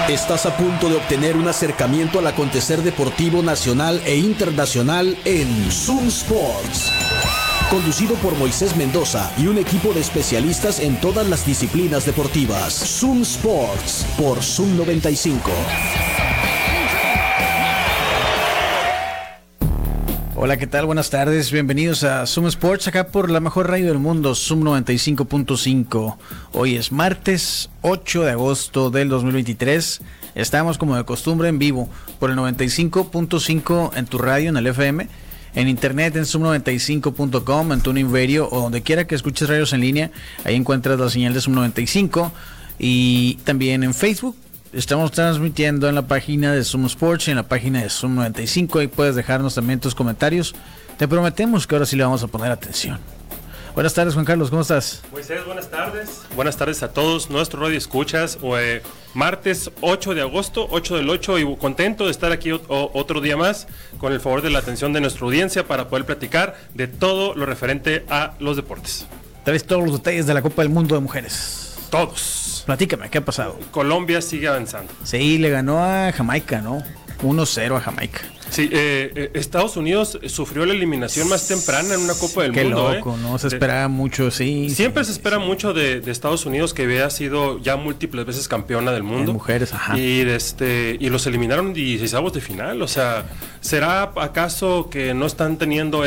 Estás a punto de obtener un acercamiento al acontecer deportivo nacional e internacional en Zoom Sports. Conducido por Moisés Mendoza y un equipo de especialistas en todas las disciplinas deportivas. Zoom Sports por Zoom 95. Hola, ¿qué tal? Buenas tardes, bienvenidos a Zoom Sports, acá por la mejor radio del mundo, Zoom 95.5. Hoy es martes 8 de agosto del 2023. Estamos como de costumbre en vivo por el 95.5 en tu radio, en el FM, en internet en zoom95.com, en TuneIn Radio o donde quiera que escuches radios en línea. Ahí encuentras la señal de Zoom 95 y también en Facebook. Estamos transmitiendo en la página de Zoom Sports y en la página de Zoom 95. Ahí puedes dejarnos también tus comentarios. Te prometemos que ahora sí le vamos a poner atención. Buenas tardes, Juan Carlos, ¿cómo estás? Moisés, buenas tardes. Buenas tardes a todos nuestro radio escuchas. Martes 8 de agosto, 8 del 8, y contento de estar aquí otro día más con el favor de la atención de nuestra audiencia para poder platicar de todo lo referente a los deportes. Traes todos los detalles de la Copa del Mundo de Mujeres. Todos. Platícame, ¿qué ha pasado? Colombia sigue avanzando. Sí, le ganó a Jamaica, ¿no? 1-0 a Jamaica. Sí, Estados Unidos sufrió la eliminación más temprana en una Copa del Mundo. Qué loco, ¿no? Se esperaba mucho, sí. Siempre se espera mucho de Estados Unidos, que había sido ya múltiples veces campeona del mundo. En mujeres, ajá. Y los eliminaron en 16avos de final. O sea, ¿será acaso que no están teniendo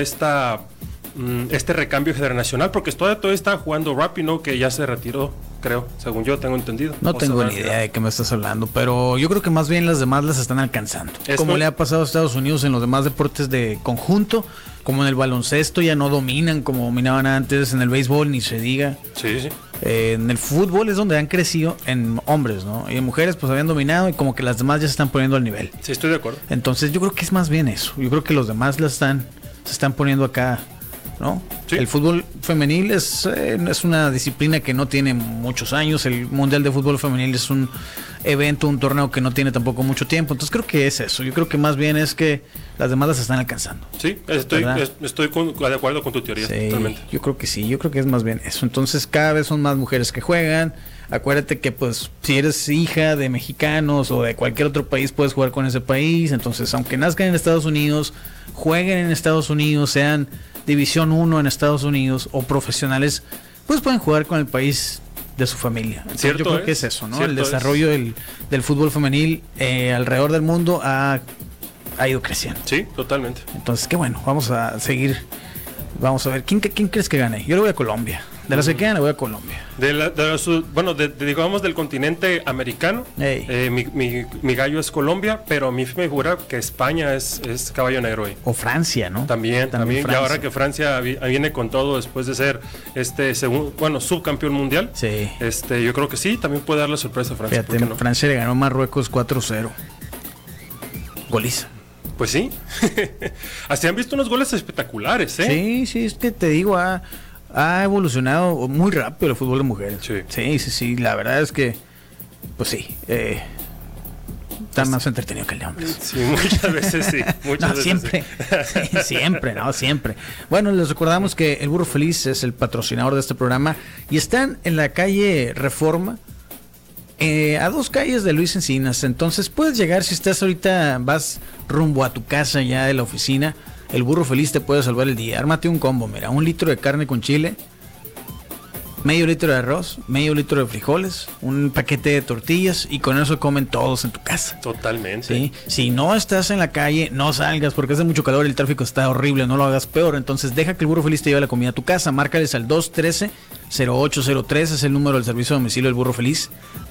este recambio generacional? Porque todavía está jugando Rapinoe, que ya se retiró, creo, según yo tengo entendido. No tengo ni idea de qué me estás hablando, pero yo creo que más bien las demás las están alcanzando. Como le ha pasado a Estados Unidos en los demás deportes de conjunto, como en el baloncesto ya no dominan como dominaban antes, en el béisbol ni se diga. Sí, sí. En el fútbol es donde han crecido en hombres, ¿no? Y en mujeres pues habían dominado y como que las demás ya se están poniendo al nivel. Sí, estoy de acuerdo. Entonces yo creo que es más bien eso. Yo creo que los demás se están poniendo acá, ¿no? Sí. El fútbol femenil es una disciplina que no tiene muchos años. El Mundial de Fútbol Femenil es un evento, un torneo que no tiene tampoco mucho tiempo. Entonces creo que es eso. Yo creo que más bien es que las demás las están alcanzando. Sí, estoy de acuerdo con tu teoría. Sí, totalmente. Yo creo que sí, yo creo que es más bien eso. Entonces cada vez son más mujeres que juegan. Acuérdate que pues si eres hija de mexicanos o de cualquier otro país puedes jugar con ese país. Entonces aunque nazcan en Estados Unidos, jueguen en Estados Unidos, sean División 1 en Estados Unidos o profesionales, pues pueden jugar con el país de su familia. Entonces, yo creo que es eso, ¿no? El desarrollo del fútbol femenil alrededor del mundo ha ido creciendo. Sí, totalmente. Entonces, qué bueno, vamos a seguir. Vamos a ver, ¿quién crees que gane? Yo le voy a Colombia. De las que quedan, le voy a Colombia. Digamos del continente americano, mi gallo es Colombia, pero a mí me figura que España es caballo negro ahí. O Francia, ¿no? También. Francia. Y ahora que Francia viene con todo después de ser subcampeón mundial, sí. Yo creo que sí, también puede darle sorpresa a Francia. Fíjate, no? Francia le ganó a Marruecos 4-0. Goliza. Pues sí. Así han visto unos goles espectaculares, ¿eh? Sí, es que te digo, ha evolucionado muy rápido el fútbol de mujeres. Sí. La verdad es que, pues sí, está más entretenido que el de hombres. Sí, muchas veces sí. Siempre. Sí, siempre. Bueno, les recordamos que el Burro Feliz es el patrocinador de este programa y están en la calle Reforma, a 2 calles de Luis Encinas. Entonces puedes llegar, si estás ahorita, vas rumbo a tu casa ya de la oficina, el Burro Feliz te puede salvar el día. Ármate un combo, mira, 1 litro de carne con chile, medio litro de arroz, medio litro de frijoles, un paquete de tortillas y con eso comen todos en tu casa. Totalmente. ¿Sí? Si no estás en la calle, no salgas porque hace mucho calor, el tráfico está horrible, no lo hagas peor. Entonces deja que el Burro Feliz te lleve la comida a tu casa. Márcales al 213-0803, es el número del servicio de domicilio del Burro Feliz.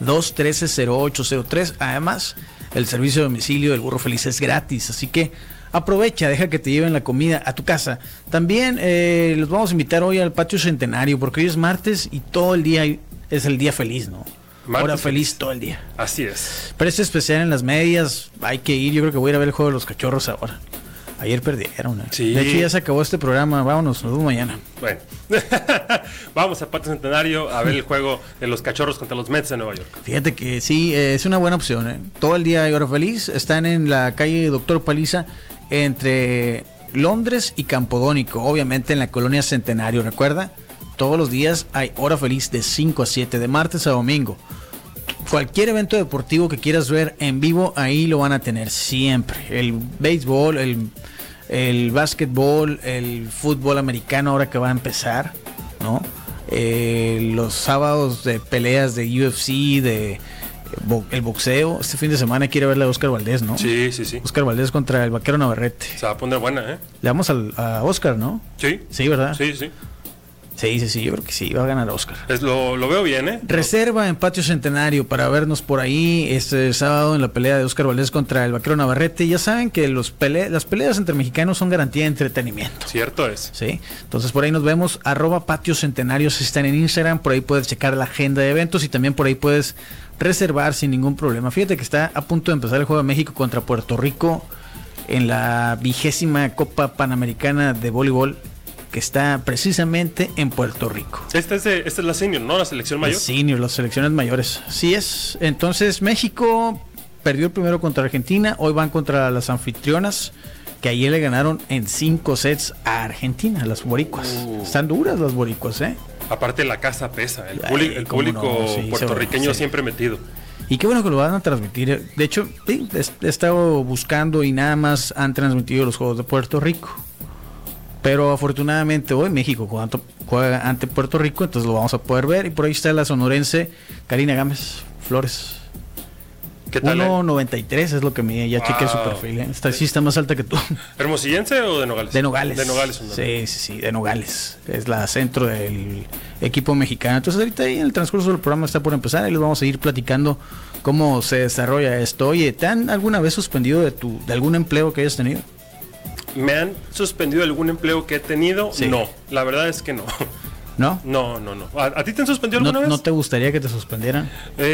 213-0803. Además, el servicio de domicilio del Burro Feliz es gratis, así que aprovecha, deja que te lleven la comida a tu casa. También los vamos a invitar hoy al Patio Centenario, porque hoy es martes y todo el día es el día feliz, ¿no? Hora feliz todo el día. Así es. Precio especial en las medias, hay que ir. Yo creo que voy a ir a ver el juego de los Cachorros ahora. Ayer perdieron. Sí. De hecho ya se acabó este programa, vámonos, nos vemos mañana. Bueno, vamos al Patio Centenario a ver el juego de los Cachorros contra los Mets de Nueva York. Fíjate que sí, es una buena opción. Todo el día hay hora feliz. Están en la calle Doctor Paliza, entre Londres y Campodónico, obviamente en la colonia Centenario. Recuerda, todos los días hay hora feliz de 5 a 7, de martes a domingo. cualquier evento deportivo que quieras ver en vivo, ahí lo van a tener siempre. El béisbol, el básquetbol, el fútbol americano ahora que va a empezar, ¿no? Los sábados de peleas de UFC, el boxeo. Este fin de semana quiere ver la de Oscar Valdés, ¿no? Sí. Oscar Valdés contra el Vaquero Navarrete. Se va a poner buena, ¿eh? Le damos a Oscar, ¿no? Sí. Sí, ¿verdad? Sí. Sí, yo creo que sí, va a ganar Oscar. Lo veo bien, ¿eh? Reserva en Patio Centenario para vernos por ahí este sábado en la pelea de Oscar Valdés contra el Vaquero Navarrete. Ya saben que las peleas entre mexicanos son garantía de entretenimiento. Cierto es. Sí, entonces por ahí nos vemos, @Patio Centenario si están en Instagram, por ahí puedes checar la agenda de eventos y también por ahí puedes reservar sin ningún problema. Fíjate que está a punto de empezar el juego de México contra Puerto Rico en la 20ª Copa Panamericana de Voleibol, que está precisamente en Puerto Rico. Esta es la senior, ¿no? La selección mayor. Senior, las selecciones mayores. Sí es. Entonces México perdió el primero contra Argentina, hoy van contra las anfitrionas, que ayer le ganaron en 5 sets a Argentina, las boricuas. Están duras las boricuas, ¿eh? Aparte la casa pesa, el público puertorriqueño siempre metido. Y qué bueno que lo van a transmitir. De hecho, sí, he estado buscando y nada más han transmitido los Juegos de Puerto Rico. Pero afortunadamente hoy México juega ante Puerto Rico, entonces lo vamos a poder ver. Y por ahí está la sonorense Karina Gámez Flores. ¿Qué tal? 1.93 es lo que mide, ya chequé su perfil. Sí está más alta que tú. ¿Hermosillense o de Nogales? De Nogales. De Nogales. Sí, de Nogales. Es la centro del equipo mexicano. Entonces ahorita ahí en el transcurso del programa está por empezar y les vamos a ir platicando cómo se desarrolla esto. Oye, ¿te han alguna vez suspendido de algún empleo que hayas tenido? ¿Me han suspendido algún empleo que he tenido? Sí. No, la verdad es que no. ¿No? No. ¿A ti te han suspendido alguna vez? ¿No te gustaría que te suspendieran?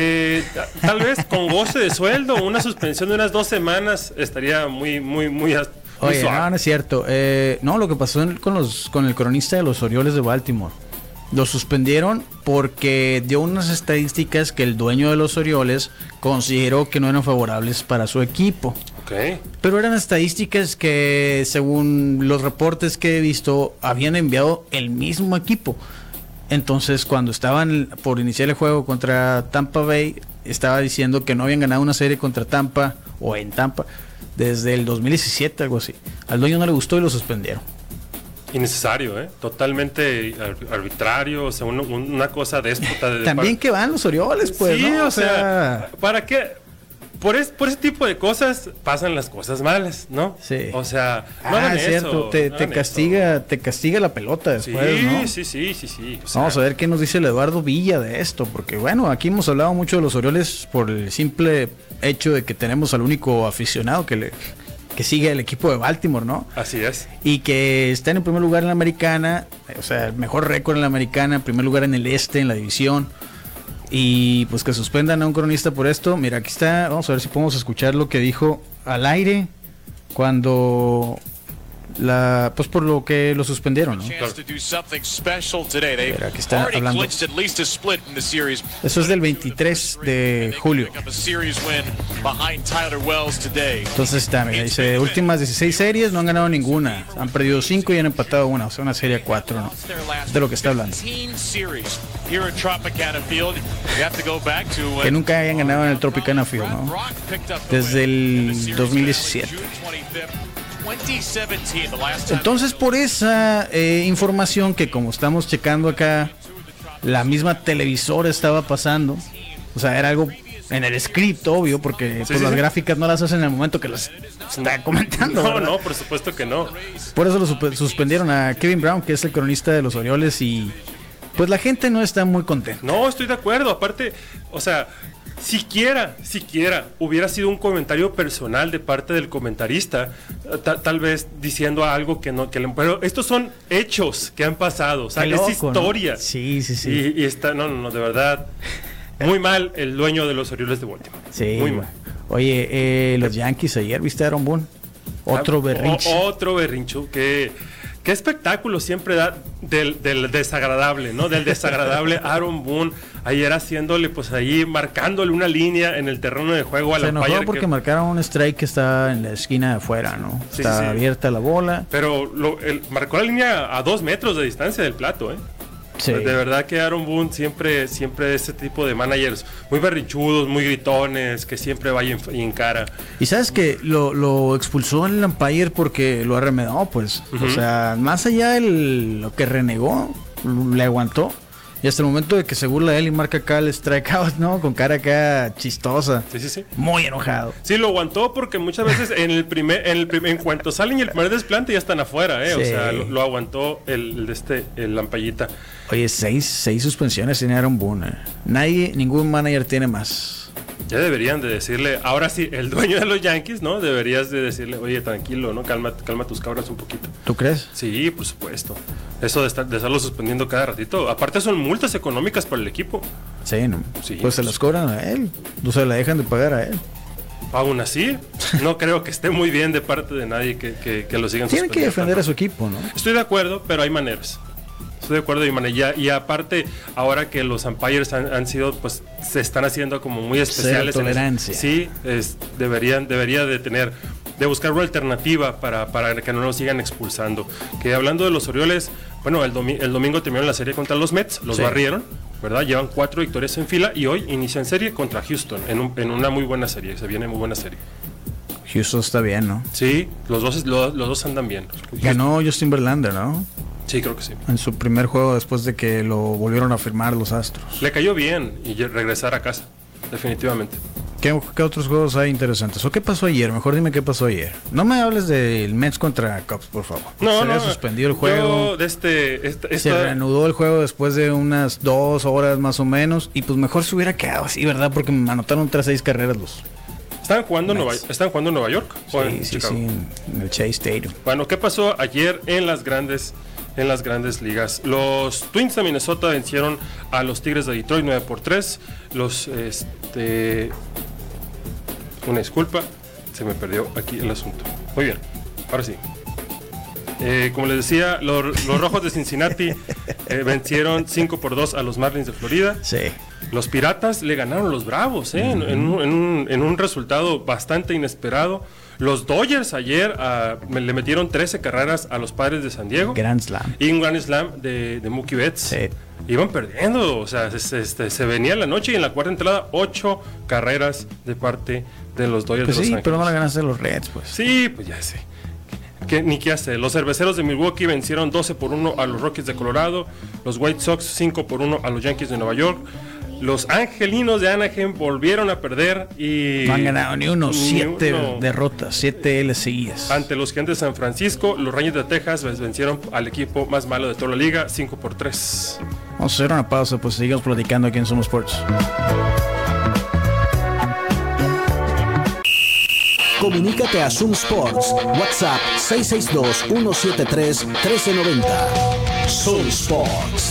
Tal vez con goce de sueldo, una suspensión de unas 2 semanas estaría muy Oye, suave. No es cierto. No, lo que pasó con el cronista de los Orioles de Baltimore. Lo suspendieron porque dio unas estadísticas que el dueño de los Orioles consideró que no eran favorables para su equipo. Okay. Pero eran estadísticas que, según los reportes que he visto, habían enviado el mismo equipo. Entonces, cuando estaban por iniciar el juego contra Tampa Bay, estaba diciendo que no habían ganado una serie contra Tampa o en Tampa desde el 2017, algo así. Al dueño no le gustó y lo suspendieron. Innecesario, totalmente arbitrario, o sea, una cosa déspota. También que van los Orioles, pues, sí, ¿no? O sea, ¿para qué? Por ese tipo de cosas pasan las cosas malas, ¿no? Sí. O sea, no hagan es cierto, te castiga la pelota después, ¿no? Sí. O sea, vamos a ver qué nos dice el Eduardo Villa de esto, porque bueno, aquí hemos hablado mucho de los Orioles por el simple hecho de que tenemos al único aficionado que sigue el equipo de Baltimore, ¿no? Así es. Y que está en el primer lugar en la americana, o sea, el mejor récord en la americana, en primer lugar en el este, en la división. Y pues que suspendan a un cronista por esto. Mira, aquí está, vamos a ver si podemos escuchar lo que dijo al aire cuando pues por lo que lo suspendieron, ¿no? Mira, aquí está hablando. Eso es del 23 de julio. Entonces está, mira, dice, últimas 16 series no han ganado ninguna, han perdido 5 y han empatado una, o sea, una serie a 4, ¿no? Es de lo que está hablando. Que nunca hayan ganado en el Tropicana Field, ¿no? Desde el 2017. Entonces, por esa información que, como estamos checando acá, la misma televisora estaba pasando, o sea, era algo en el script, obvio, porque las gráficas no las hacen en el momento que las está comentando. No, por supuesto que no. Por eso lo suspendieron a Kevin Brown, que es el cronista de los Orioles, y pues la gente no está muy contenta. No, estoy de acuerdo. Aparte, o sea, siquiera hubiera sido un comentario personal de parte del comentarista, tal vez diciendo algo que no, pero estos son hechos que han pasado, o sea, loco, es historia, ¿no? Sí. Y está, no, de verdad, muy mal el dueño de los Orioles de Baltimore. Sí, muy mal. Oye, los Yankees ayer, ¿viste a Aaron Boone? Otro berrincho ¿Qué espectáculo siempre da del desagradable, ¿no? Del desagradable Aaron Boone, ayer haciéndole, pues ahí, marcándole una línea en el terreno de juego a la umpire. Se enojó porque marcaron un strike que está en la esquina de afuera, ¿no? Está abierta la bola. Pero marcó la línea a 2 metros de distancia del plato, Sí. De verdad que Aaron Boone siempre ese tipo de managers muy berrinchudos, muy gritones, que siempre vaya en cara. Y sabes que lo expulsó el umpire porque lo arremedó, pues. O sea, más allá de lo que renegó, le aguantó. Y hasta el momento de que se burla de él y marca acá el strikeout, ¿no? Con cara acá chistosa. Sí. Muy enojado. Sí, lo aguantó porque muchas veces en cuanto salen y el primer desplante ya están afuera, ¿eh? Sí. O sea, lo aguantó el lampallita. Oye, seis suspensiones tiene Aaron Boone. Ningún manager tiene más. Ya deberían de decirle, ahora sí, el dueño de los Yankees, ¿no? Deberías de decirle, oye, tranquilo, ¿no? Calma tus cabras un poquito. ¿Tú crees? Sí, por supuesto. Eso de estarlo suspendiendo cada ratito. Aparte son multas económicas para el equipo. Sí, ¿no? Sí, pues se las cobran a él. No se la dejan de pagar a él. Aún así, no creo que esté muy bien de parte de nadie que lo sigan suspendiendo. Tiene que defender a su equipo, ¿no? Estoy de acuerdo, pero hay maneras. Estoy de acuerdo y aparte ahora que los umpires han sido, pues se están haciendo como muy especiales. Cero tolerancia. Sí, debería de buscar una alternativa para que no nos sigan expulsando. Que hablando de los Orioles, bueno, el domingo terminaron la serie contra los Mets, los barrieron, ¿verdad? Llevan 4 victorias en fila y hoy inician serie contra Houston en una muy buena serie. Se viene muy buena serie. Houston está bien, ¿no? Sí, los dos andan bien. Ganó Justin Verlander, ¿no? Sí, creo que sí. En su primer juego después de que lo volvieron a firmar los Astros. Le cayó bien y regresar a casa, definitivamente. ¿Qué otros juegos hay interesantes? ¿O qué pasó ayer? Mejor dime qué pasó ayer. No me hables del Mets contra Cubs, por favor. Se había suspendido el juego. Se reanudó el juego después de unas 2 horas más o menos. Y pues mejor se hubiera quedado así, ¿verdad? Porque me anotaron 6 carreras los... ¿Están jugando en Nueva York? Sí, en el Chase Stadium. Bueno, ¿qué pasó ayer en las grandes ligas? Los Twins de Minnesota vencieron a los Tigres de Detroit 9-3. Una disculpa, se me perdió aquí el asunto. Muy bien, ahora sí. Como les decía, los Rojos de Cincinnati vencieron 5-2 a los Marlins de Florida. Sí. Los Piratas le ganaron a los Bravos, en un resultado bastante inesperado. Los Dodgers ayer le metieron 13 carreras a los Padres de San Diego. Grand Slam. Y un Grand Slam de Mookie Betts. Sí. Iban perdiendo, o sea, se venía la noche y en la cuarta entrada 8 carreras de parte de los Dodgers de Los Ángeles. Pero no la ganaste de los Reds, pues. Sí, pues ya sé. Ni qué hace. Los Cerveceros de Milwaukee vencieron 12-1 a los Rockies de Colorado. Los White Sox 5-1 a los Yankees de Nueva York. Los Angelinos de Anaheim volvieron a perder y... No han ganado ni uno. 7 derrotas, 7 L seguidas. Ante los Gigantes de San Francisco, los Rangers de Texas vencieron al equipo más malo de toda la liga, 5-3. Vamos a hacer una pausa, pues seguimos platicando aquí en Sumo Sports. Comunícate a Zoom Sports. WhatsApp 662-173-1390. Zoom Sports.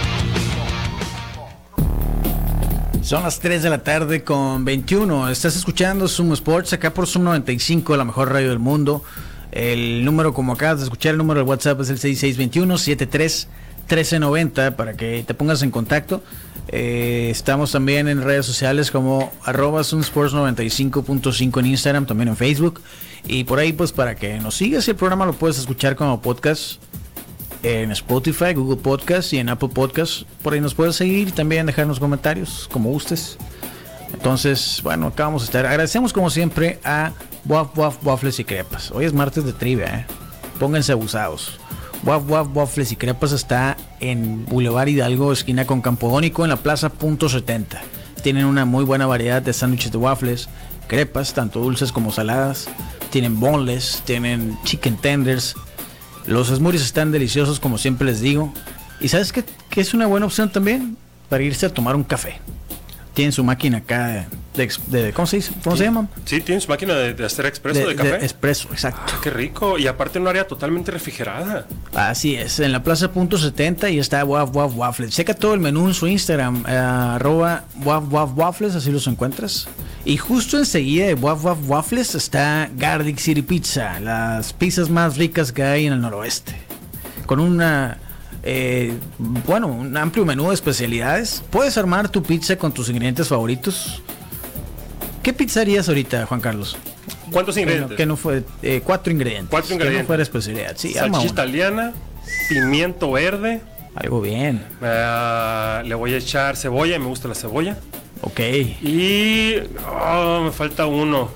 Son las 3 de la tarde con 21. Estás escuchando Zoom Sports acá por Zoom 95, la mejor radio del mundo. El número, como acabas de escuchar, el número de WhatsApp es el 6621-73-1390 para que te pongas en contacto. Estamos también en redes sociales como @zoomsports95.5 en Instagram, también en Facebook. Y por ahí, pues, para que nos sigas, el programa lo puedes escuchar como podcast en Spotify, Google Podcast y en Apple Podcast. Por ahí nos puedes seguir y también dejarnos comentarios como gustes. Entonces, bueno, acá vamos a estar. Agradecemos como siempre a Waffles y Crepas. Hoy es martes de trivia, Pónganse abusados. Waffles y Crepas está en Boulevard Hidalgo, esquina con Campodónico, en la Plaza Punto 70. Tienen una muy buena variedad de sándwiches de waffles, crepas, tanto dulces como saladas. Tienen boneless, tienen chicken tenders. Los smoothies están deliciosos, como siempre les digo. ¿Y sabes qué es una buena opción también? Para irse a tomar un café. Tienen su máquina acá de ¿cómo se dice? ¿Cómo se llama? Sí, tienen su máquina de hacer expreso de café. De expreso, exacto. Qué rico. Y aparte en un área totalmente refrigerada. Así es, en la Plaza Punto 70 y está Waffles. Checa todo el menú en su Instagram, @Waffles, así los encuentras. Y justo enseguida de Waffles está Garlic City Pizza, las pizzas más ricas que hay en el noroeste. Con un amplio menú de especialidades. Puedes armar tu pizza con tus ingredientes favoritos. ¿Qué pizza harías ahorita, Juan Carlos? ¿Cuántos ingredientes? Que no fue 4 ingredientes. 4 ingredientes. Que no fuera especialidad. Sí, salchicha italiana, pimiento verde, Algo bien. Le voy a echar cebolla, me gusta la cebolla. Ok. Y me falta uno.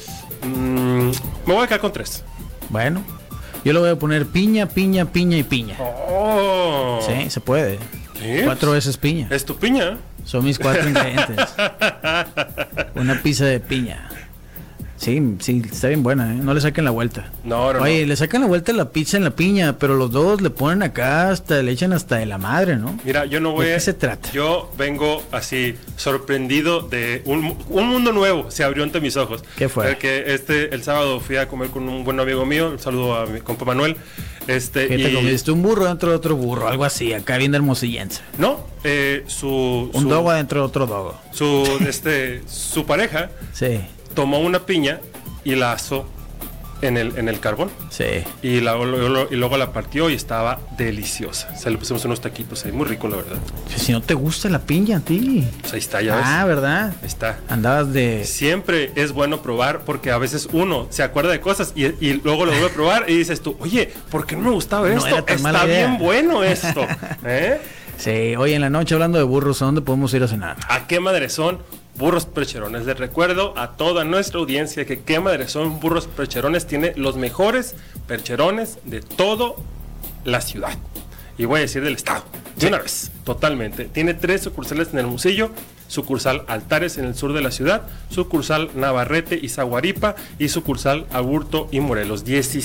Me voy a quedar con 3. Bueno, yo le voy a poner piña, piña, piña y piña. Oh. Sí, se puede. ¿Sí? 4 veces piña. ¿Es tu piña? Son mis 4 ingredientes. Una pizza de piña. Sí, está bien buena, ¿eh? No le saquen la vuelta. No. Oye, le sacan la vuelta a la pizza en la piña, pero los dos le ponen acá le echan hasta de la madre, ¿no? Mira, yo no voy ¿De qué se trata? Yo vengo así, sorprendido de un mundo nuevo se abrió ante mis ojos. ¿Qué fue? Porque el sábado fui a comer con un buen amigo mío, un saludo a mi compa Manuel. ¿Qué te comiste? ¿Un burro dentro de otro burro? Algo así, acá bien hermosillense. No, un dogo dentro de otro dogo. Su pareja tomó una piña y la asó en el carbón. Sí. Y luego la partió y estaba deliciosa. Le pusimos unos taquitos ahí, muy rico, la verdad. Si no te gusta la piña a ti. Pues ahí está, ya ves. Ah, ¿verdad? Ahí está. Andabas de... Siempre es bueno probar porque a veces uno se acuerda de cosas y luego lo vuelve a probar y dices tú, oye, ¿por qué no me gustaba esto? Está bien bueno esto. Sí, hoy en la noche hablando de burros, ¿a dónde podemos ir a cenar? ¿A qué madre son? Burros Percherones. Les recuerdo a toda nuestra audiencia que Qué Madre Son Burros Percherones tiene los mejores percherones de toda la ciudad. Y voy a decir del estado. De una vez, totalmente. Tiene 3 sucursales en Hermosillo, sucursal Altares en el sur de la ciudad, sucursal Navarrete y Zaguaripa y sucursal Aburto y Morelos.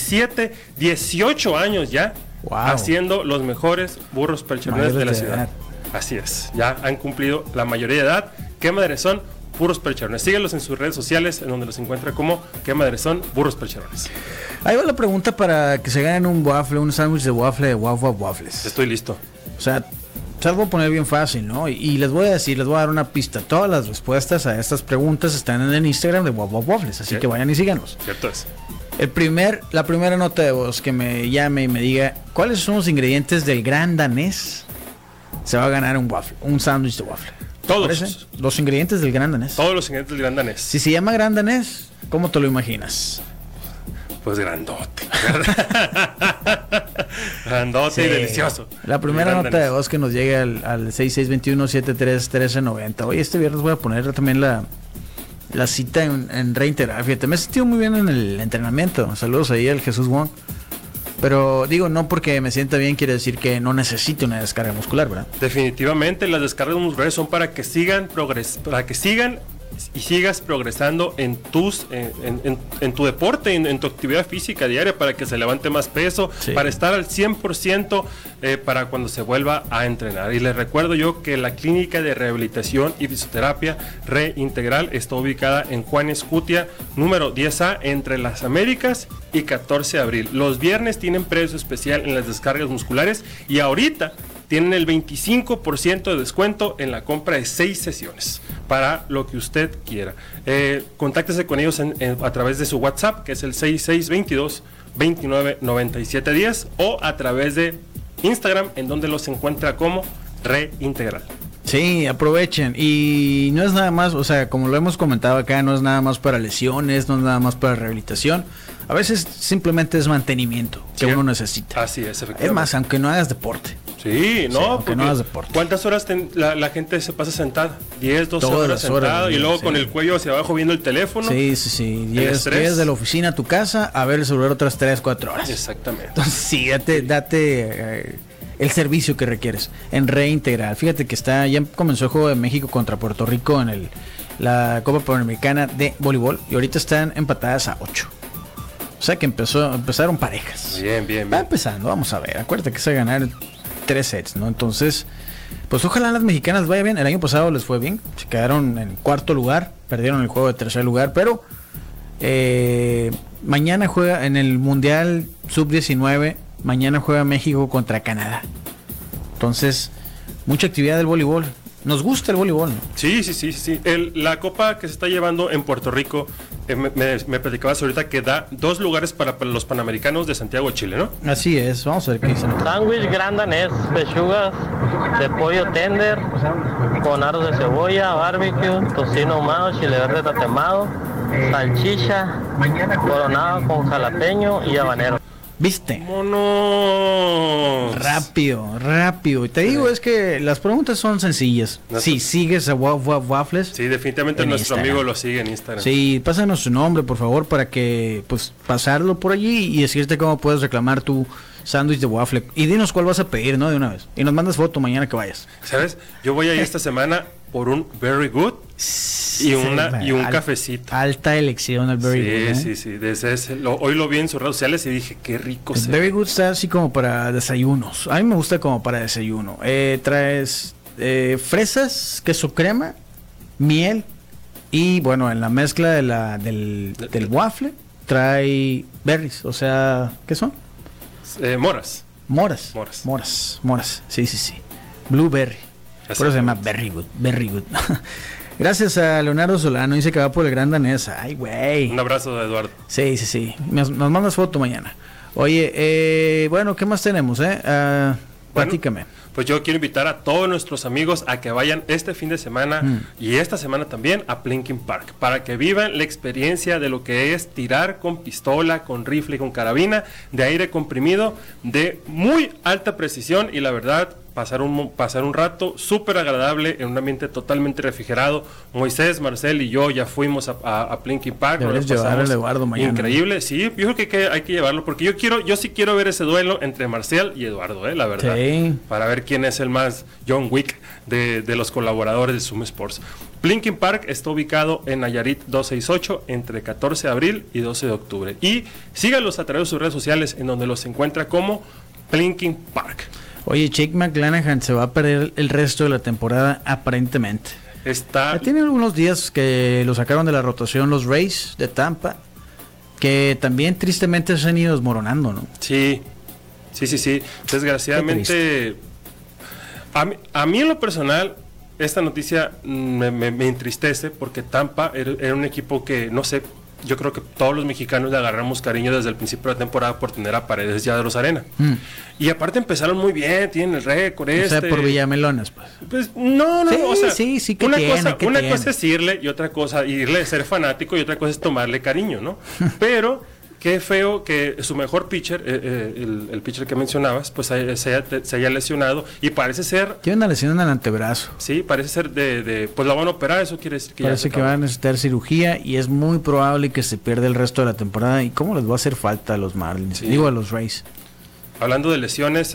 18 años ya haciendo los mejores burros percherones de la ciudad. Así es, ya han cumplido la mayoría de edad. ¿Qué madres son? Burros Percherones. Síguelos en sus redes sociales, en donde los encuentra como ¿Qué madres son? Burros Percherones. Ahí va la pregunta para que se ganen un sándwich de waffle de Waffles. Estoy listo. O sea, se las voy a poner bien fácil, ¿no? Y les voy a dar una pista. Todas las respuestas a estas preguntas están en el Instagram de Waffles, así que vayan y síganos. Cierto es. La primera nota de voz que me llame y me diga ¿cuáles son los ingredientes del gran danés? Se va a ganar un sándwich de waffle. Todos. Los ingredientes del gran danés. Todos los ingredientes del gran danés. Si se llama gran danés, ¿cómo te lo imaginas? Pues grandote. Grandote y delicioso. La primera nota de voz que nos llega al 6621-731390. Oye, este viernes voy a poner también la cita en Reintegral. Fíjate, me he sentido muy bien en el entrenamiento. Saludos ahí al Jesús Wong. Pero digo, no porque me sienta bien quiere decir que no necesite una descarga muscular, ¿verdad? Definitivamente las descargas musculares son para que sigan y sigas progresando en tu deporte, en tu actividad física diaria, para que se levante más peso, para estar al 100% para cuando se vuelva a entrenar. Y les recuerdo yo que la clínica de rehabilitación y fisioterapia Reintegral está ubicada en Juan Escutia, número 10A, entre Las Américas y 14 de abril. Los viernes tienen precio especial en las descargas musculares y ahorita tienen el 25% de descuento en la compra de 6 sesiones, para lo que usted quiera. Contáctese con ellos a través de su WhatsApp, que es el 6622-299710, o a través de Instagram, en donde los encuentra como Reintegral. Sí, aprovechen. Y no es nada más, o sea, como lo hemos comentado acá, no es nada más para lesiones, no es nada más para rehabilitación. A veces simplemente es mantenimiento que uno necesita. Así es, efectivamente. Es más, aunque no hagas deporte. Sí, no, aunque no hagas deporte. ¿Cuántas horas la gente se pasa sentada? 10, 12 horas sentada y luego con el cuello hacia abajo viendo el teléfono. Sí. Llegas de la oficina a tu casa a ver el celular otras 3, 4 horas. Exactamente. Entonces sí, date el servicio que requieres en Reintegral. Fíjate que ya comenzó el juego de México contra Puerto Rico en la Copa Panamericana de voleibol y ahorita están empatadas a 8. O sea que empezaron parejas. Bien. Va empezando, vamos a ver. Acuérdate que se va a ganar 3 sets, ¿no? Entonces, pues ojalá las mexicanas vaya bien. El año pasado les fue bien. Se quedaron en 4º lugar. Perdieron el juego de 3er lugar. Pero mañana juega en el Mundial Sub-19. Mañana juega México contra Canadá. Entonces, mucha actividad del voleibol. Nos gusta el voleibol, ¿no? Sí. La copa que se está llevando en Puerto Rico, me platicabas ahorita que da 2 lugares para los Panamericanos de Santiago, Chile, ¿no? Así es, vamos a ver qué dicen. Sándwich gran danés, pechugas de pollo tender, con aros de cebolla, barbecue, tocino ahumado, chile verde tatemado, salchicha, coronado con jalapeño y habanero. ¿Viste? ¡Monos! Rápido. Y te digo, es que las preguntas son sencillas. Si sigues a Waffles. Sí, definitivamente nuestro Instagram. amigo lo sigue en Instagram. Sí, pásanos su nombre, por favor, para que, pues, pasarlo por allí y decirte cómo puedes reclamar tu sándwich de waffle. Y dinos cuál vas a pedir, ¿no? De una vez. Y nos mandas foto mañana que vayas. ¿Sabes? Yo voy a ir esta semana por un Very Good y un cafecito. Alta elección el Very Good. Sí. Hoy lo vi en sus redes sociales y dije, qué rico. El Very Good está así como para desayunos. A mí me gusta como para desayuno. Traes fresas, queso crema, miel y bueno, en la mezcla del waffle trae berries. O sea, ¿qué son? Moras. Sí. Blueberry. Por eso se llama Very Good. Gracias a Leonardo Solano, dice que va por el Gran Danés. Ay, güey. Un abrazo de Eduardo. Sí. Nos mandas foto mañana. Oye, bueno, ¿qué más tenemos, platícame. Pues yo quiero invitar a todos nuestros amigos a que vayan este fin de semana y esta semana también a Plinking Park, para que vivan la experiencia de lo que es tirar con pistola, con rifle y con carabina de aire comprimido de muy alta precisión y la verdad pasar un rato súper agradable en un ambiente totalmente refrigerado. Moisés, Marcel y yo ya fuimos a Plinking Park. Deberías llevar al Eduardo mañana. Increíble, sí, yo creo que hay que llevarlo porque yo sí quiero ver ese duelo entre Marcel y Eduardo, la verdad. Sí. Para ver quién es el más John Wick de los colaboradores de Zoom Sports. Plinking Park está ubicado en Nayarit 268 entre 14 de abril y 12 de octubre. Y síganlos a través de sus redes sociales en donde los encuentra como Plinking Park. Oye, Jake McClanahan se va a perder el resto de la temporada aparentemente. Ya tiene algunos días que lo sacaron de la rotación los Rays de Tampa, que también tristemente se han ido desmoronando, ¿no? Sí. Desgraciadamente, a mí en lo personal, esta noticia me entristece porque Tampa era un equipo que, no sé, yo creo que todos los mexicanos le agarramos cariño desde el principio de la temporada por tener a Paredes ya de Rosarena. Y aparte empezaron muy bien, tienen el récord. O sea, por Villamelones, pues. Pues no, o sea, sí, que una tiene. Cosa es irle y otra cosa, irle a ser fanático y otra cosa es tomarle cariño, ¿no? Pero qué feo que su mejor pitcher, el pitcher que mencionabas, pues se haya lesionado y parece ser... Tiene una lesión en el antebrazo. Sí, parece ser pues la van a operar, eso quiere decir que parece que va a necesitar cirugía y es muy probable que se pierda el resto de la temporada. ¿Y cómo les va a hacer falta a los Marlins? Sí. Digo, a los Rays. Hablando de lesiones,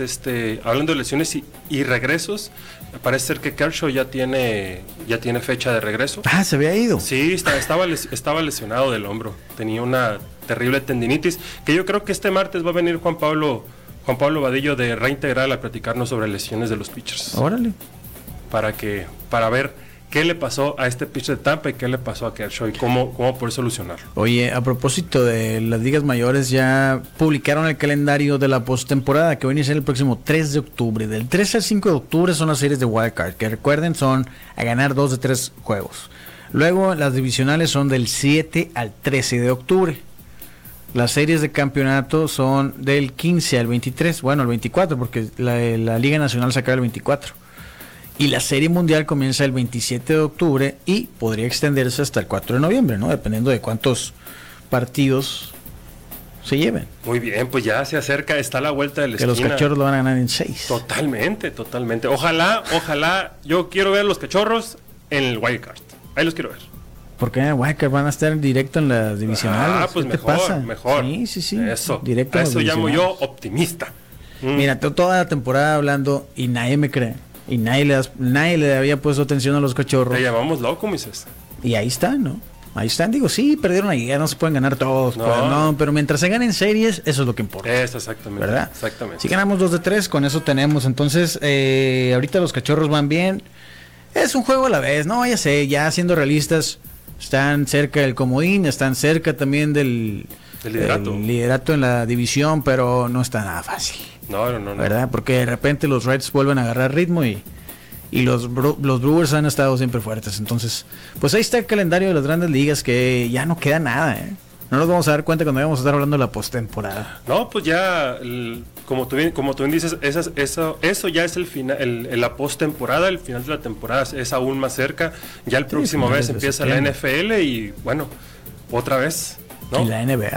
y regresos, parece ser que Kershaw ya tiene fecha de regreso. Ah, se había ido. Sí, estaba lesionado del hombro. Tenía una terrible tendinitis, que yo creo que este martes va a venir Juan Pablo Vadillo de Reintegral a platicarnos sobre lesiones de los pitchers. Órale. Para ver qué le pasó a este pitcher de Tampa y qué le pasó a Kershaw y cómo poder solucionarlo. Oye, a propósito de las ligas mayores, ya publicaron el calendario de la postemporada que va a iniciar el próximo 3 de octubre. Del 3 al 5 de octubre son las series de Wildcard, que recuerden son a ganar 2 de 3 juegos. Luego las divisionales son del 7 al 13 de octubre. Las series de campeonato son del 15 al 23, bueno, al 24, porque la Liga Nacional se acaba el 24. Y la Serie Mundial comienza el 27 de octubre y podría extenderse hasta el 4 de noviembre, ¿no? Dependiendo de cuántos partidos se lleven. Muy bien, pues ya se acerca, está a la vuelta de la esquina. Que los Cachorros lo van a ganar en 6. Totalmente. Ojalá, yo quiero ver a los Cachorros en el Wildcard. Ahí los quiero ver. Porque en el Wildcard van a estar directo en las divisionales. Pues mejor. Sí. Eso, directo a eso llamo yo optimista. Mira, toda la temporada hablando y nadie me cree. Y nadie le había puesto atención a los Cachorros. Te llamamos loco, Moisés. Y ahí están, ¿no? Ahí están, digo, sí, perdieron ahí, ya no se pueden ganar todos. Pero mientras se ganen series, eso es lo que importa. Eso, exactamente. ¿Verdad? Exactamente. Si ganamos 2 de 3, con eso tenemos. Entonces, ahorita los Cachorros van bien. Es un juego a la vez, ¿no? Ya sé, ya siendo realistas, están cerca del comodín, están cerca también del liderato en la división, pero no está nada fácil. No. ¿Verdad? Porque de repente los Reds vuelven a agarrar ritmo y los Brewers han estado siempre fuertes. Entonces, pues ahí está el calendario de las grandes ligas, que ya no queda nada, ¿eh? No nos vamos a dar cuenta cuando vamos a estar hablando de la postemporada. No, pues ya, como tú bien dices, eso ya es el final, la postemporada, el final de la temporada es aún más cerca. Ya el próximo mes empieza la NFL y bueno, otra vez, ¿no? Y la NBA.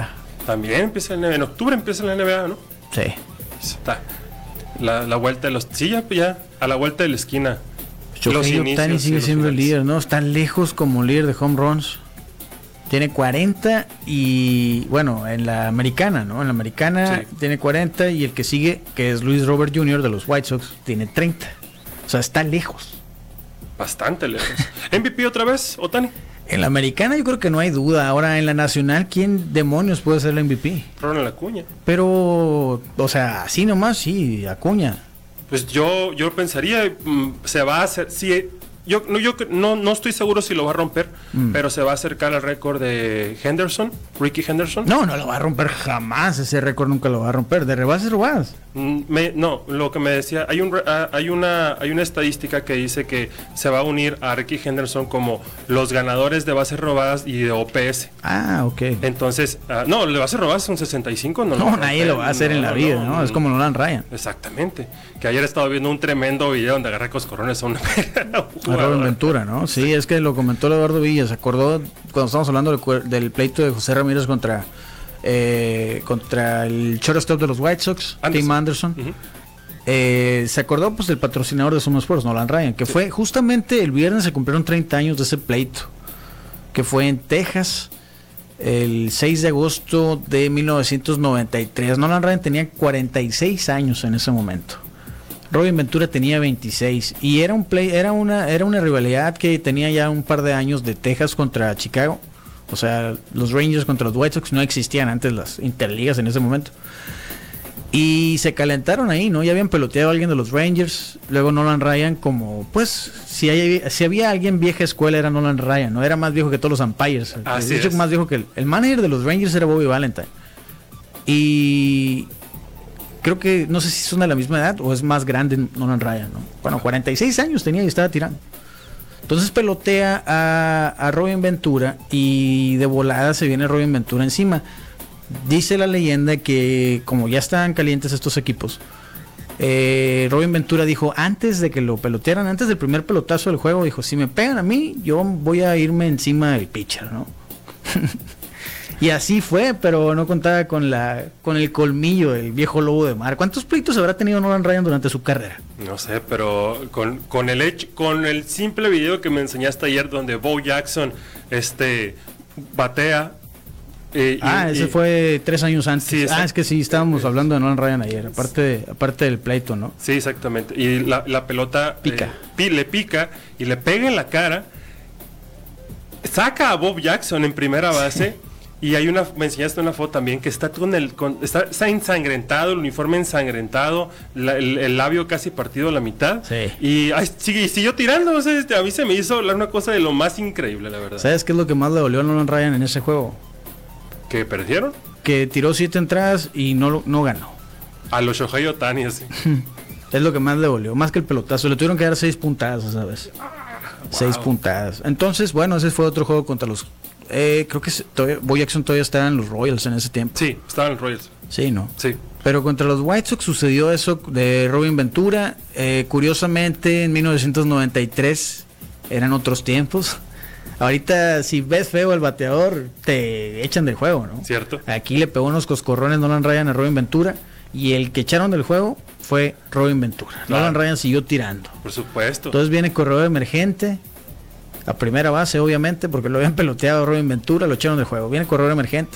También empieza la NBA. En octubre empieza la NBA, ¿no? Sí. Está. La vuelta de los... Sí, ya a la vuelta de la esquina. Shohei Ohtani sigue siendo el líder, ¿no? Está lejos como líder de home runs. Tiene 40 y... Bueno, en la americana, ¿no? En la americana tiene 40 y el que sigue, que es Luis Robert Jr. de los White Sox, tiene 30. O sea, está lejos. Bastante lejos. ¿MVP otra vez, Ohtani? En la americana yo creo que no hay duda. Ahora en la nacional, ¿quién demonios puede ser el MVP? Ronald Acuña. Pero, o sea, así nomás, sí, Acuña. Pues yo pensaría, se va a hacer... Sí, yo no estoy seguro si lo va a romper, pero se va a acercar al récord de Henderson, Ricky Henderson. No lo va a romper jamás. Ese récord nunca lo va a romper. De rebases robadas. No, lo que me decía, hay una estadística que dice que se va a unir a Ricky Henderson como los ganadores de bases robadas y de OPS. Ah, ok. Entonces, no, de bases robadas son 65, no, nadie lo va a hacer en la vida, ¿no? Es como Nolan Ryan. Exactamente. Que ayer he estado viendo un tremendo video donde agarra coscorrones a una a Robin Ventura, ¿no? Sí, es que lo comentó Eduardo Villas. Se acordó cuando estábamos hablando del pleito de José Ramírez contra el shortstop de los White Sox, Tim Anderson. Se acordó pues del patrocinador de Sumo Sports, Nolan Ryan, que fue justamente el viernes. Se cumplieron 30 años de ese pleito, que fue en Texas el 6 de agosto de 1993. Nolan Ryan tenía 46 años en ese momento. Robin Ventura tenía 26 y era una rivalidad que tenía ya un par de años de Texas contra Chicago. O sea, los Rangers contra los White Sox no existían antes las interligas en ese momento. Y se calentaron ahí, ¿no? Ya habían peloteado a alguien de los Rangers. Luego Nolan Ryan, como, pues, si había alguien vieja escuela era Nolan Ryan, ¿no? Era más viejo que todos los umpires. De hecho, más viejo que el manager de los Rangers era Bobby Valentine. Y creo que, no sé si son de la misma edad o es más grande Nolan Ryan, ¿no? Bueno, 46 años tenía y estaba tirando. Entonces pelotea a Robin Ventura y de volada se viene Robin Ventura encima. Dice la leyenda que como ya estaban calientes estos equipos, Robin Ventura dijo antes de que lo pelotearan, antes del primer pelotazo del juego, dijo, si me pegan a mí, yo voy a irme encima del pitcher, ¿no? Y así fue, pero no contaba con el colmillo del viejo lobo de mar. ¿Cuántos pleitos habrá tenido Nolan Ryan durante su carrera? No sé, pero con el simple video que me enseñaste ayer donde Bo Jackson batea. Ese fue 3 años antes. Sí, es que sí, estábamos hablando de Nolan Ryan ayer, aparte del pleito, ¿no? Sí, exactamente. Y la pelota le pica y le pega en la cara. Saca a Bob Jackson en primera base. Y me enseñaste una foto también que está está ensangrentado, el uniforme ensangrentado, el labio casi partido a la mitad. Sí. Y siguió tirando. O sea, a mí se me hizo una cosa de lo más increíble, la verdad. ¿Sabes qué es lo que más le dolió a Nolan Ryan en ese juego? ¿Que perdieron? Que tiró 7 entradas y no ganó. A los Shohei Ohtani, así. Es lo que más le dolió, más que el pelotazo. Le tuvieron que dar 6 puntadas esa vez. 6 puntadas. Entonces, bueno, ese fue otro juego contra los... creo que Bo Jackson todavía estaba en los Royals en ese tiempo. Sí, estaba en los Royals. Sí, ¿no? Sí. Pero contra los White Sox sucedió eso de Robin Ventura. Curiosamente, en 1993 eran otros tiempos. Ahorita, si ves feo el bateador, te echan del juego, ¿no? Cierto. Aquí le pegó unos coscorrones Nolan Ryan a Robin Ventura y el que echaron del juego fue Robin Ventura. Claro. Nolan Ryan siguió tirando. Por supuesto. Entonces viene corredor emergente a primera base, obviamente, porque lo habían peloteado a Robin Ventura, lo echaron del juego. Viene corredor emergente.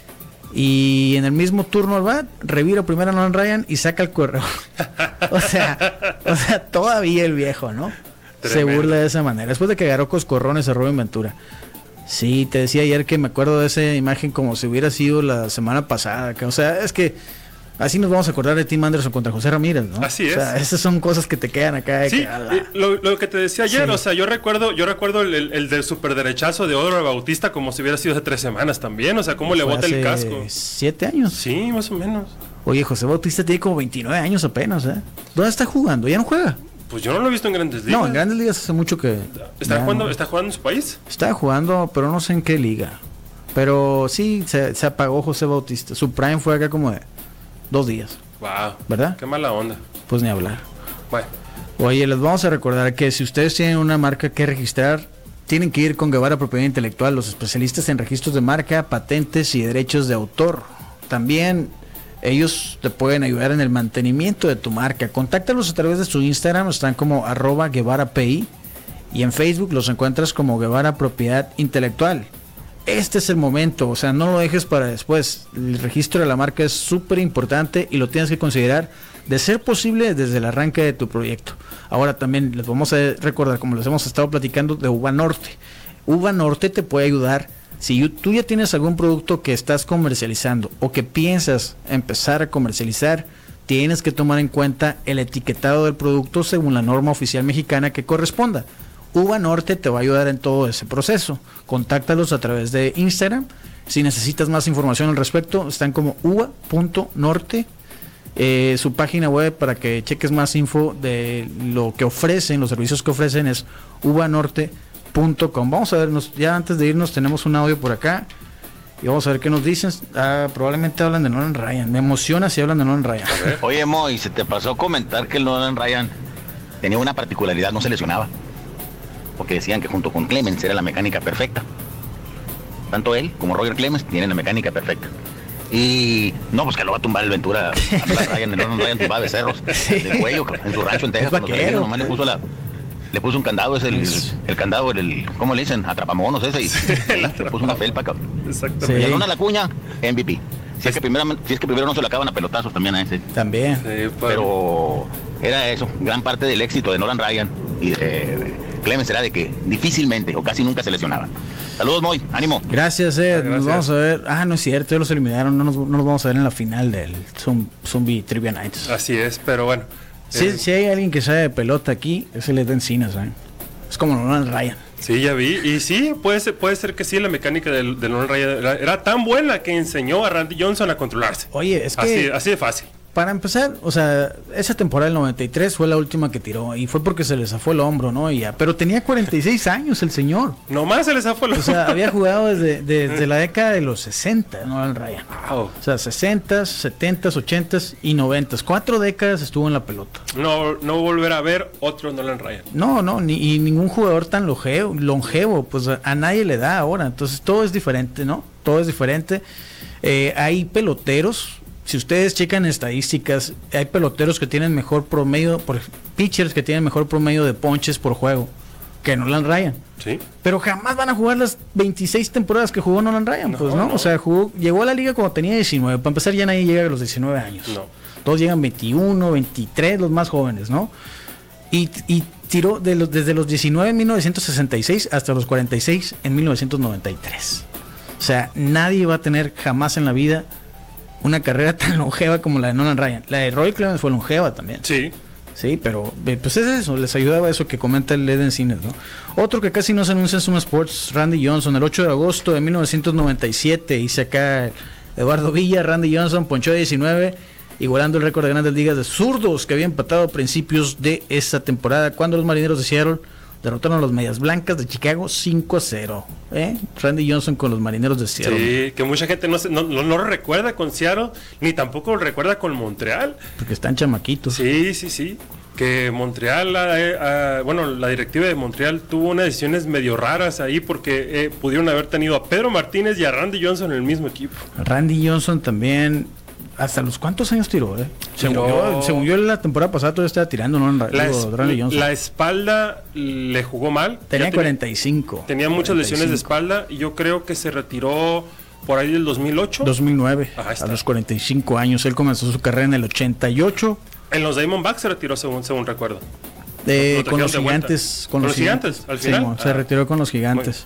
Y en el mismo turno al bat, revira primero a Nolan Ryan y saca el corredor. o sea, todavía el viejo, ¿no? Tremendo. Se burla de esa manera. Después de que agarró coscorrones a Robin Ventura. Sí, te decía ayer que me acuerdo de esa imagen como si hubiera sido la semana pasada. O sea, es que así nos vamos a acordar de Tim Anderson contra José Ramírez, ¿no? Así es. O sea, esas son cosas que te quedan acá. Sí, lo que te decía ayer, sí. O sea, yo recuerdo el del superderechazo de Odro Bautista como si hubiera sido hace 3 semanas también. O sea, cómo le bota el casco. 7 años. Sí, más o menos. Oye, José Bautista tiene como 29 años apenas, ¿eh? ¿Dónde está jugando? ¿Ya no juega? Pues yo no lo he visto en Grandes Ligas. No, en Grandes Ligas hace mucho que... ¿Está jugando en su país? Está jugando, pero no sé en qué liga. Pero sí, se apagó José Bautista. Su prime fue acá como de 2 días. Wow. ¿Verdad? Qué mala onda. Pues ni hablar. Bueno. Oye, les vamos a recordar que si ustedes tienen una marca que registrar, tienen que ir con Guevara Propiedad Intelectual, los especialistas en registros de marca, patentes y derechos de autor. También ellos te pueden ayudar en el mantenimiento de tu marca. Contáctalos a través de su Instagram, están como @GuevaraPI, y en Facebook los encuentras como Guevara Propiedad Intelectual. Este es el momento, o sea, no lo dejes para después. El registro de la marca es súper importante y lo tienes que considerar, de ser posible, desde el arranque de tu proyecto. Ahora también les vamos a recordar, como les hemos estado platicando, de Uva Norte. Uva Norte te puede ayudar. Si tú ya tienes algún producto que estás comercializando o que piensas empezar a comercializar, tienes que tomar en cuenta el etiquetado del producto según la norma oficial mexicana que corresponda. Uva Norte te va a ayudar en todo ese proceso. Contáctalos a través de Instagram. Si necesitas más información al respecto, están como uva.norte. Su página web para que cheques más info de lo que ofrecen, los servicios que ofrecen, es uvanorte.com. Vamos a vernos, ya antes de irnos tenemos un audio por acá y vamos a ver qué nos dicen. Probablemente hablan de Nolan Ryan. Me emociona si hablan de Nolan Ryan. Oye, Moy, se te pasó comentar que el Nolan Ryan tenía una particularidad, no se lesionaba, porque decían que junto con Clemens era la mecánica perfecta. Tanto él como Roger Clemens tienen la mecánica perfecta. Y no, pues que lo va a tumbar el Ventura a Ryan, el Nolan Ryan tumbaba becerros de cuello en su rancho en Texas. Nomás le puso un candado, es el candado, ¿cómo le dicen? Atrapamonos ese, y le puso una felpa, cabrón. Exactamente. Y a Ronald Acuña, MVP. Si es que primero no se lo acaban a pelotazos también a ese. También. Sí, pero era eso, gran parte del éxito de Nolan Ryan y Clemens era de que difícilmente o casi nunca se lesionaban. Saludos, Moy, ánimo. Gracias, Ed. Nos vamos a ver. No es cierto, ya los eliminaron. No nos vamos a ver en la final del Zombie Trivia Nights. Así es, pero bueno. Si hay alguien que sabe de pelota aquí, es el Ed Encinas, ¿eh? Es como Nolan Ryan. Sí, ya vi. Y sí, puede ser que sí, la mecánica del Nolan Ryan era tan buena que enseñó a Randy Johnson a controlarse. Oye, es que así de fácil. Para empezar, o sea, esa temporada del 93 fue la última que tiró y fue porque se le zafó el hombro, ¿no? Y ya, pero tenía 46 años el señor. Nomás se le zafó el hombro. O sea, había jugado desde la década de los 60, ¿no? Al Ryan. Wow. O sea, 60s, 70s, 80s y 90s. 4 décadas estuvo en la pelota. No volver a ver otro Nolan Ryan. No, y ningún jugador tan longevo, pues a nadie le da ahora. Entonces todo es diferente, ¿no? Todo es diferente. Hay peloteros. Si ustedes checan estadísticas, hay peloteros que tienen mejor promedio, pitchers que tienen mejor promedio de ponches por juego que Nolan Ryan. Sí. Pero jamás van a jugar las 26 temporadas que jugó Nolan Ryan, ¿no? O sea, llegó a la liga cuando tenía 19. Para empezar, ya nadie llega a los 19 años. No. Todos llegan 21, 23, los más jóvenes, ¿no? Y tiró desde los 19 en 1966 hasta los 46 en 1993. O sea, nadie va a tener jamás en la vida una carrera tan longeva como la de Nolan Ryan. La de Roy Clemens fue longeva también. Sí. Sí, pero pues es eso, les ayudaba eso que comenta el Ed Encinas, ¿no? Otro que casi no se anuncia en Sumo Sports, Randy Johnson, el 8 de agosto de 1997, hice acá Eduardo Villa, Randy Johnson, ponchó 19, igualando el récord de Grandes Ligas de zurdos que había empatado a principios de esa temporada, cuando los Marineros de Seattle derrotaron a los Medias Blancas de Chicago 5-0. Randy Johnson con los Marineros de Seattle. Sí, que mucha gente no lo recuerda con Seattle, ni tampoco lo recuerda con Montreal. Porque están chamaquitos. Sí. Que Montreal, la directiva de Montreal tuvo unas decisiones medio raras ahí porque pudieron haber tenido a Pedro Martínez y a Randy Johnson en el mismo equipo. Randy Johnson también. ¿Hasta los cuántos años tiró? Según yo la temporada pasada todavía estaba tirando, ¿no? Randy Johnson. La espalda le jugó mal. Tenía 45. Tenía muchas lesiones de espalda y yo creo que se retiró por ahí del 2008. 2009, a los 45 años. Él comenzó su carrera en el 88. En los Diamondbacks se retiró según recuerdo. Con los Gigantes. Con los Gigantes, al final. Sí, se retiró con los Gigantes.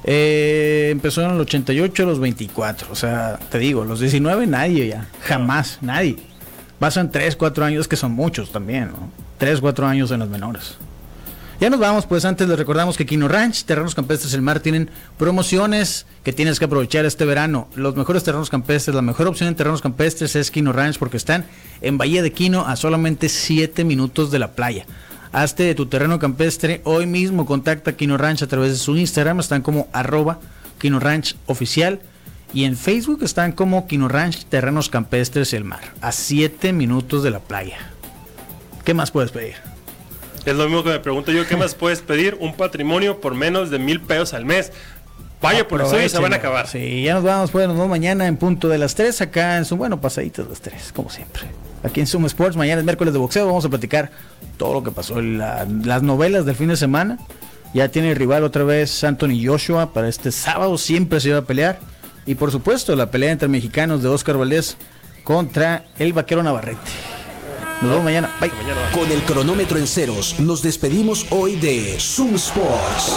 Empezó en el 88 a los 24. O sea, te digo, los 19 nadie ya. Jamás, nadie. Pasan 3-4 años, que son muchos también, ¿no? 3-4 años en las menores. Ya nos vamos, pues antes les recordamos que Quino Ranch, Terrenos Campestres El Mar tienen promociones que tienes que aprovechar este verano. Los mejores terrenos campestres, la mejor opción en terrenos campestres es Quino Ranch porque están en Bahía de Quino a solamente 7 minutos de la playa. Hazte de tu terreno campestre hoy mismo, contacta a Quino Ranch a través de su Instagram, están como @Quino Ranch Oficial y en Facebook están como Quino Ranch Terrenos Campestres El Mar, a 7 minutos de la playa. ¿Qué más puedes pedir? Es lo mismo que me pregunto yo, ¿qué más puedes pedir? Un patrimonio por menos de $1,000 al mes. Vaya por eso y se van a acabar. Sí, ya nos vamos, pues nos vemos mañana en punto de las 3 acá en Zoom, bueno, pasaditos de las 3, como siempre. Aquí en Zoom Sports, mañana es miércoles de boxeo, vamos a platicar todo lo que pasó, las novelas del fin de semana. Ya tiene el rival otra vez Anthony Joshua para este sábado, siempre se iba a pelear. Y por supuesto, la pelea entre mexicanos de Oscar Valdés contra el Vaquero Navarrete. Nos vemos mañana. Bye. Con el cronómetro en ceros, nos despedimos hoy de Zoom Sports.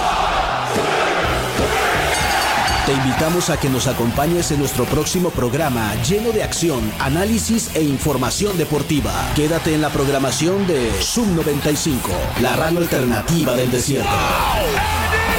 Te invitamos a que nos acompañes en nuestro próximo programa lleno de acción, análisis e información deportiva. Quédate en la programación de Zoom 95, la radio alternativa del desierto.